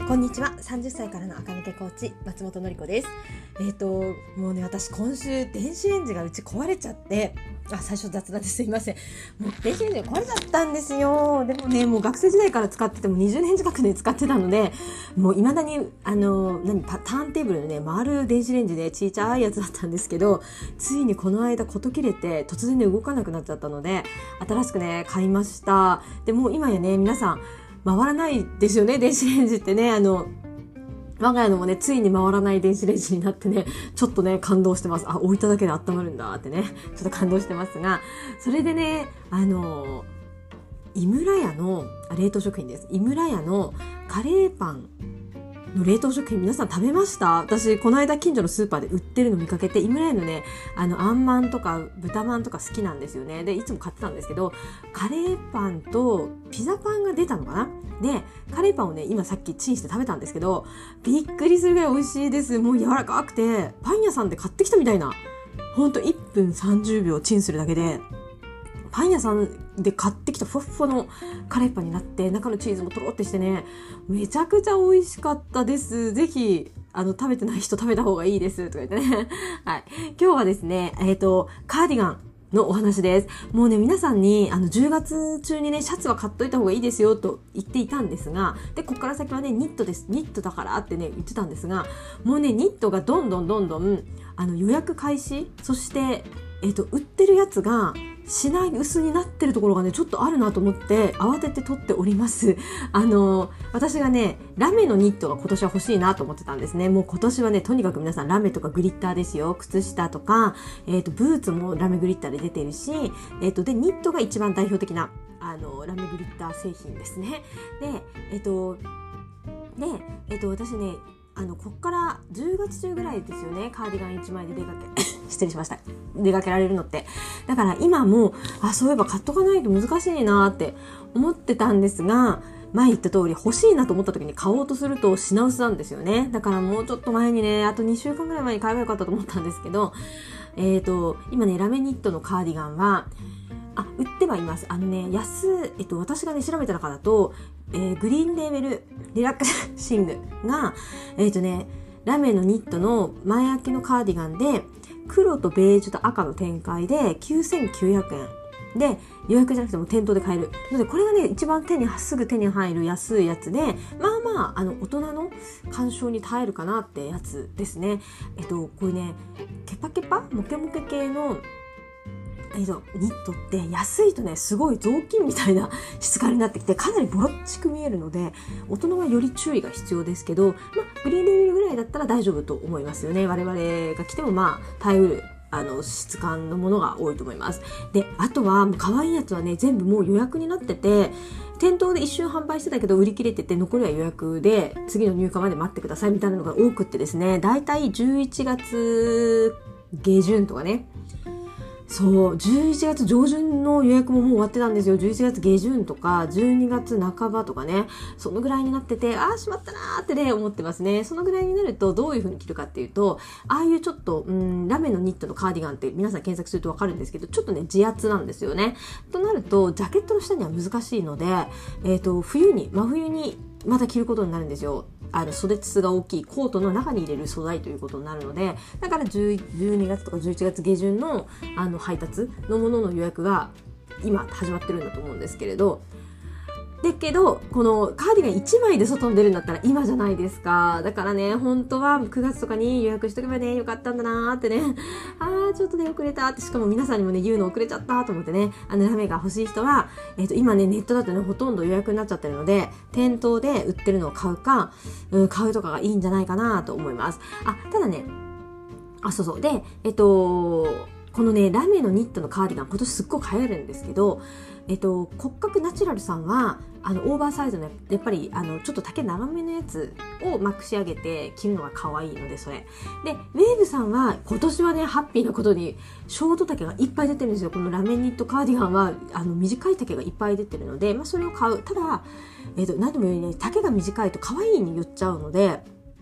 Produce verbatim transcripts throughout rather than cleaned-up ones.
こんにちは。さんじゅっさいからの赤抜けコーチ松本のり子です。えっともうね私今週電子レンジがうち壊れちゃって、あ最初雑談ですいません。もう電子レンジが壊れちゃったんですよ。でもねもう学生時代から使っててもにじゅうねん近くね使ってたので、もう未だにあの何ターンテーブルのね回る電子レンジでちいちゃいやつだったんですけど、ついにこの間事切れて突然ね動かなくなっちゃったので新しくね買いました。でもう今やね皆さん回らないですよね、電子レンジってね。あの我が家のもねついに回らない電子レンジになってねちょっとね感動してます。あ、置いただけで温まるんだってねちょっと感動してますが、それでねあの井村屋の冷凍食品です。井村屋のカレーパンの冷凍食品皆さん食べました？私この間近所のスーパーで売ってるの見かけて、井村屋のねあのあんまんとか豚まんとか好きなんですよね。でいつも買ってたんですけど、カレーパンとピザパンが出たのかな。でカレーパンをね今さっきチンして食べたんですけど、びっくりするぐらい美味しいです。もう柔らかくてパン屋さんで買ってきたみたいな、ほんといっぷんさんじゅうびょうチンするだけでパン屋さんで買ってきたふわっふわのカレーパンになって、中のチーズもとろってしてねめちゃくちゃ美味しかったです。ぜひあの食べてない人食べた方がいいですとか言ってねはい、今日はですねえっとカーディガンのお話です。もうね皆さんにあのじゅうがつ中にねシャツは買っといた方がいいですよと言っていたんですが、でここから先はねニットです、ニットだからってね言ってたんですが、もうねニットがどんどんどんどんあの予約開始、そしてえっと売ってるやつが品薄になってるところがねちょっとあるなと思って慌てて取っております。あの私がねラメのニットが今年は欲しいなと思ってたんですね。もう今年はねとにかく皆さんラメとかグリッターですよ。靴下とか、えー、とブーツもラメグリッターで出てるし、えー、とでニットが一番代表的なあのラメグリッター製品ですね。でえっ、ー、とでえっ、ー、と私ねあのこっからじゅうがつ中ぐらいですよね、カーディガンいちまいで出かけ失礼しました出かけられるのって。だから今もあそういえば買っとかないと難しいなって思ってたんですが、前言った通り欲しいなと思った時に買おうとすると品薄なんですよね。だからもうちょっと前にねあとにしゅうかんぐらい前に買えばよかったと思ったんですけど、えーと今ねラメニットのカーディガンはあ売ってはいます。あのね安、えっと、私がね調べた中だと、えー、グリーンレーベルリラクシングがえっとねラメのニットの前開きのカーディガンで黒とベージュと赤の展開できゅうせんきゅうひゃくえんで、予約じゃなくても店頭で買えるので、これがね一番手にすぐ手に入る安いやつで、まあまああの大人の鑑賞に耐えるかなってやつですね。えっとこれねケパケパモケモケ系のえっと、ニットって安いとねすごい雑巾みたいな質感になってきてかなりボロっちく見えるので、大人はより注意が必要ですけど、まあ、グリーンレベルぐらいだったら大丈夫と思いますよね。我々が着てもまあ耐えうるあの質感のものが多いと思います。であとは可愛いやつはね全部もう予約になってて、店頭で一瞬販売してたけど売り切れてて残りは予約で次の入荷まで待ってくださいみたいなのが多くってですね、だいたいじゅういちがつげじゅんとかね、そうじゅういちがつじょうじゅんの予約ももう終わってたんですよ。じゅういちがつげじゅんとかじゅうにがつなかばとかね、そのぐらいになってて、ああしまったなーってね思ってますね。そのぐらいになるとどういう風に着るかっていうと、ああいうちょっとうんラメのニットのカーディガンって皆さん検索するとわかるんですけど、ちょっとね自圧なんですよね。となるとジャケットの下には難しいので、えっと冬に真冬にまた着ることになるんですよ。あの袖筒が大きいコートの中に入れる素材ということになるので、だからじゅうにがつとかじゅういちがつげじゅんのあの配達のものの予約が今始まってるんだと思うんですけれど、だけどこのカーディガンいちまいで外に出るんだったら今じゃないですか。だからね本当はくがつとかに予約しとけばねよかったんだなーってね、あーちょっとね遅れたって、しかも皆さんにもね言うの遅れちゃったと思ってね、あのラメが欲しい人は、えー、と今ねネットだとねほとんど予約になっちゃってるので、店頭で売ってるのを買うか、うん、買うとかがいいんじゃないかなと思います。あただねあそうそうでえっ、ー、とこのねラメのニットのカーディガン今年すっごい流行るんですけど、えっと、骨格ナチュラルさんはあのオーバーサイズのやっぱりあのちょっと丈長めのやつをまくし上げて着るのが可愛いので、それでウェーブさんは今年はねハッピーなことにショート丈がいっぱい出てるんですよ。このラメニットカーディガンはあの短い丈がいっぱい出てるので、まあ、それを買う。ただ、えっと、何でも言うようにね丈が短いと可愛いに寄っちゃうので、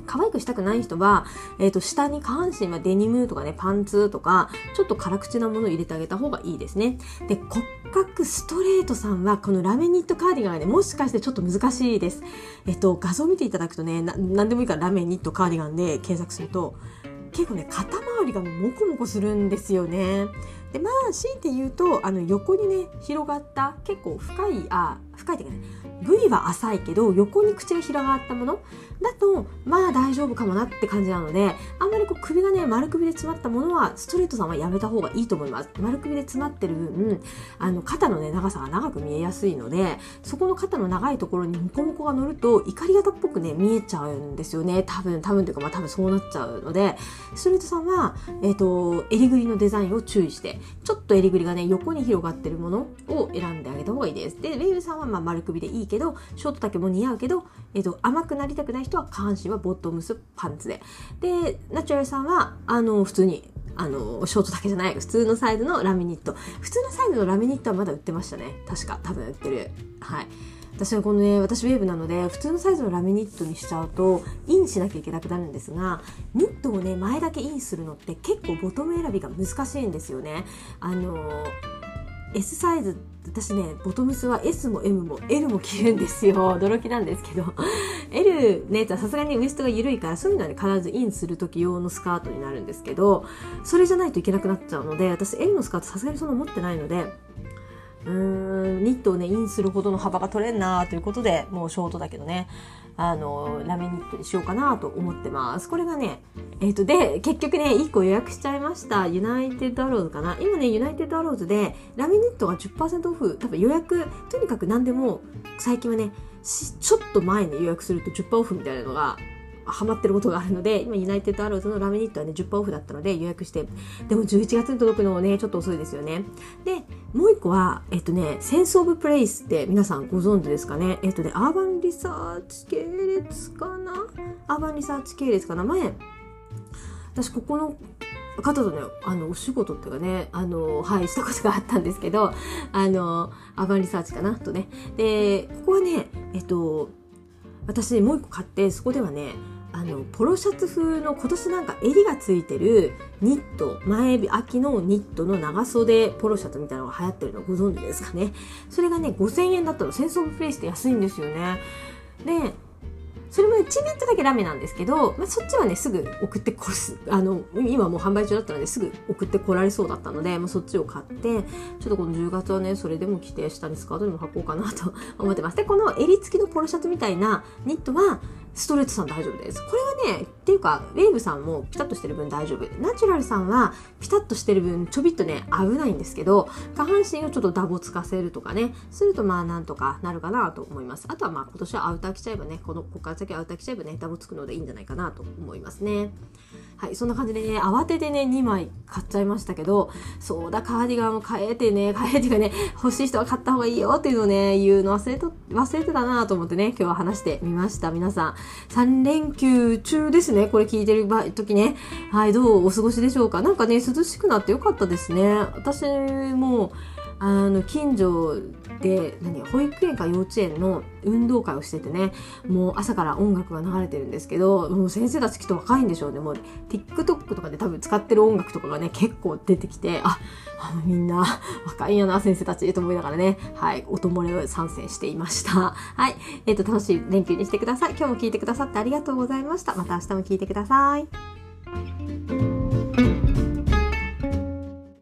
可愛くしたくない人は、えっと、下に下半身はデニムとかね、パンツとか、ちょっと辛口なものを入れてあげた方がいいですね。で、骨格ストレートさんは、このラメニットカーディガンがね、もしかしてちょっと難しいです。えっと、画像を見ていただくとね、な、なんでもいいからラメニットカーディガンで検索すると、結構ね、肩周りがモコモコするんですよね。で、まあ、強いて言うと、あの、横にね、広がった、結構深い、あ、深いっていうかね、部位は浅いけど、横に口が広がったものだと、まあ大丈夫かもなって感じなので、あんまりこう首がね、丸首で詰まったものは、ストレートさんはやめた方がいいと思います。丸首で詰まってる分、あの、肩のね、長さが長く見えやすいので、そこの肩の長いところにモコモコが乗ると、怒り型っぽくね、見えちゃうんですよね。多分、多分というか、まあ多分そうなっちゃうので、ストレートさんは、えっと、襟ぐりのデザインを注意して、ちょっと襟ぐりがね、横に広がってるものを選んであげた方がいいです。で、ウェーブさんはまあ丸首でいいけど、ショート丈も似合うけど、えっと、甘くなりたくない人は下半身はボトムスパンツで。で、ナチュラルさんは、あの、普通に、あの、ショート丈じゃない、普通のサイズのラミニット。普通のサイズのラミニットはまだ売ってましたね。確か、多分売ってる。はい。私はこのね、私ウェーブなので、普通のサイズのラミニットにしちゃうと、インしなきゃいけなくなるんですが、ニットをね、前だけインするのって結構ボトム選びが難しいんですよね。あの、S サイズ、私ね、ボトムスは エス も エム も エル も着るんですよ。驚きなんですけど。エル のやつはさすがにウエストが緩いから、そういうのはね、必ずインする時用のスカートになるんですけど、それじゃないといけなくなっちゃうので、私 エル のスカートさすがにそんな持ってないので、うーん、ニットをね、インするほどの幅が取れんなということで、もうショートだけどね、あの、ラメニットにしようかなと思ってます。これがね、えっと、で、結局ね、いっこ予約しちゃいました。ユナイテッドアローズかな。今ね、ユナイテッドアローズで、ラメニットが じゅっパーセント オフ、多分予約、とにかく何でも、最近はね、ちょっと前に予約すると じゅっパーセント オフみたいなのが、ハマってることがあるので、今ユナイテッドアローズのラメニットはね じゅっパーセント オフだったので予約して、でもじゅういちがつに届くのもねちょっと遅いですよね。でもう一個はえっとねセンスオブプレイスって皆さんご存知ですかね。えっとねアーバンリサーチ系列かなアーバンリサーチ系列かな。前私ここの方とね、あの、お仕事っていうかね、あの、はい、したことがあったんですけど、あの、アーバンリサーチかなとね。で、ここはね、えっと、私ね、もう一個買って、そこではね、あの、ポロシャツ風の今年なんか襟がついてるニット、前秋のニットの長袖ポロシャツみたいなのが流行ってるのご存知ですかね。それがね、ごせんえんだったの。センスオブプレイスって安いんですよね。で、それもね、ちびっとだけラメなんですけど、まあ、そっちはね、すぐ送ってこす、あの、今もう販売中だったので、すぐ送ってこられそうだったので、もうそっちを買って、ちょっとこのじゅうがつはね、それでも着て、下にスカートでも履こうかなと思ってます。で、この襟付きのポロシャツみたいなニットは、ストレートさん大丈夫です。これはね、っていうか、ウェーブさんもピタッとしてる分大丈夫。ナチュラルさんはピタッとしてる分ちょびっとね、危ないんですけど、下半身をちょっとダボつかせるとかね、するとまあなんとかなるかなと思います。あとはまあ今年はアウター着ちゃえばね、この、ここから先アウター着ちゃえばね、ダボつくのでいいんじゃないかなと思いますね。はい、そんな感じでね、慌ててね、にまい買っちゃいましたけど、そうだ、カーディガンを変えてね、変えてかね、欲しい人は買った方がいいよっていうのをね、言うの忘れと、忘れてたなと思ってね、今日は話してみました。皆さん、さんれんきゅう中ですね、これ聞いてる時ね。はい、どうお過ごしでしょうか。なんかね、涼しくなってよかったですね。私も、あの、近所で、何、保育園か幼稚園の運動会をしててね、もう朝から音楽が流れてるんですけど、もう先生たちきっと若いんでしょうね。もう TikTok とかで多分使ってる音楽とかがね、結構出てきて、あ、あみんな若いんやな、先生たちと思いながらね、はい、音漏れを参戦していました。はい、えっと、楽しい連休にしてください。今日も聞いてくださってありがとうございました。また明日も聞いてください。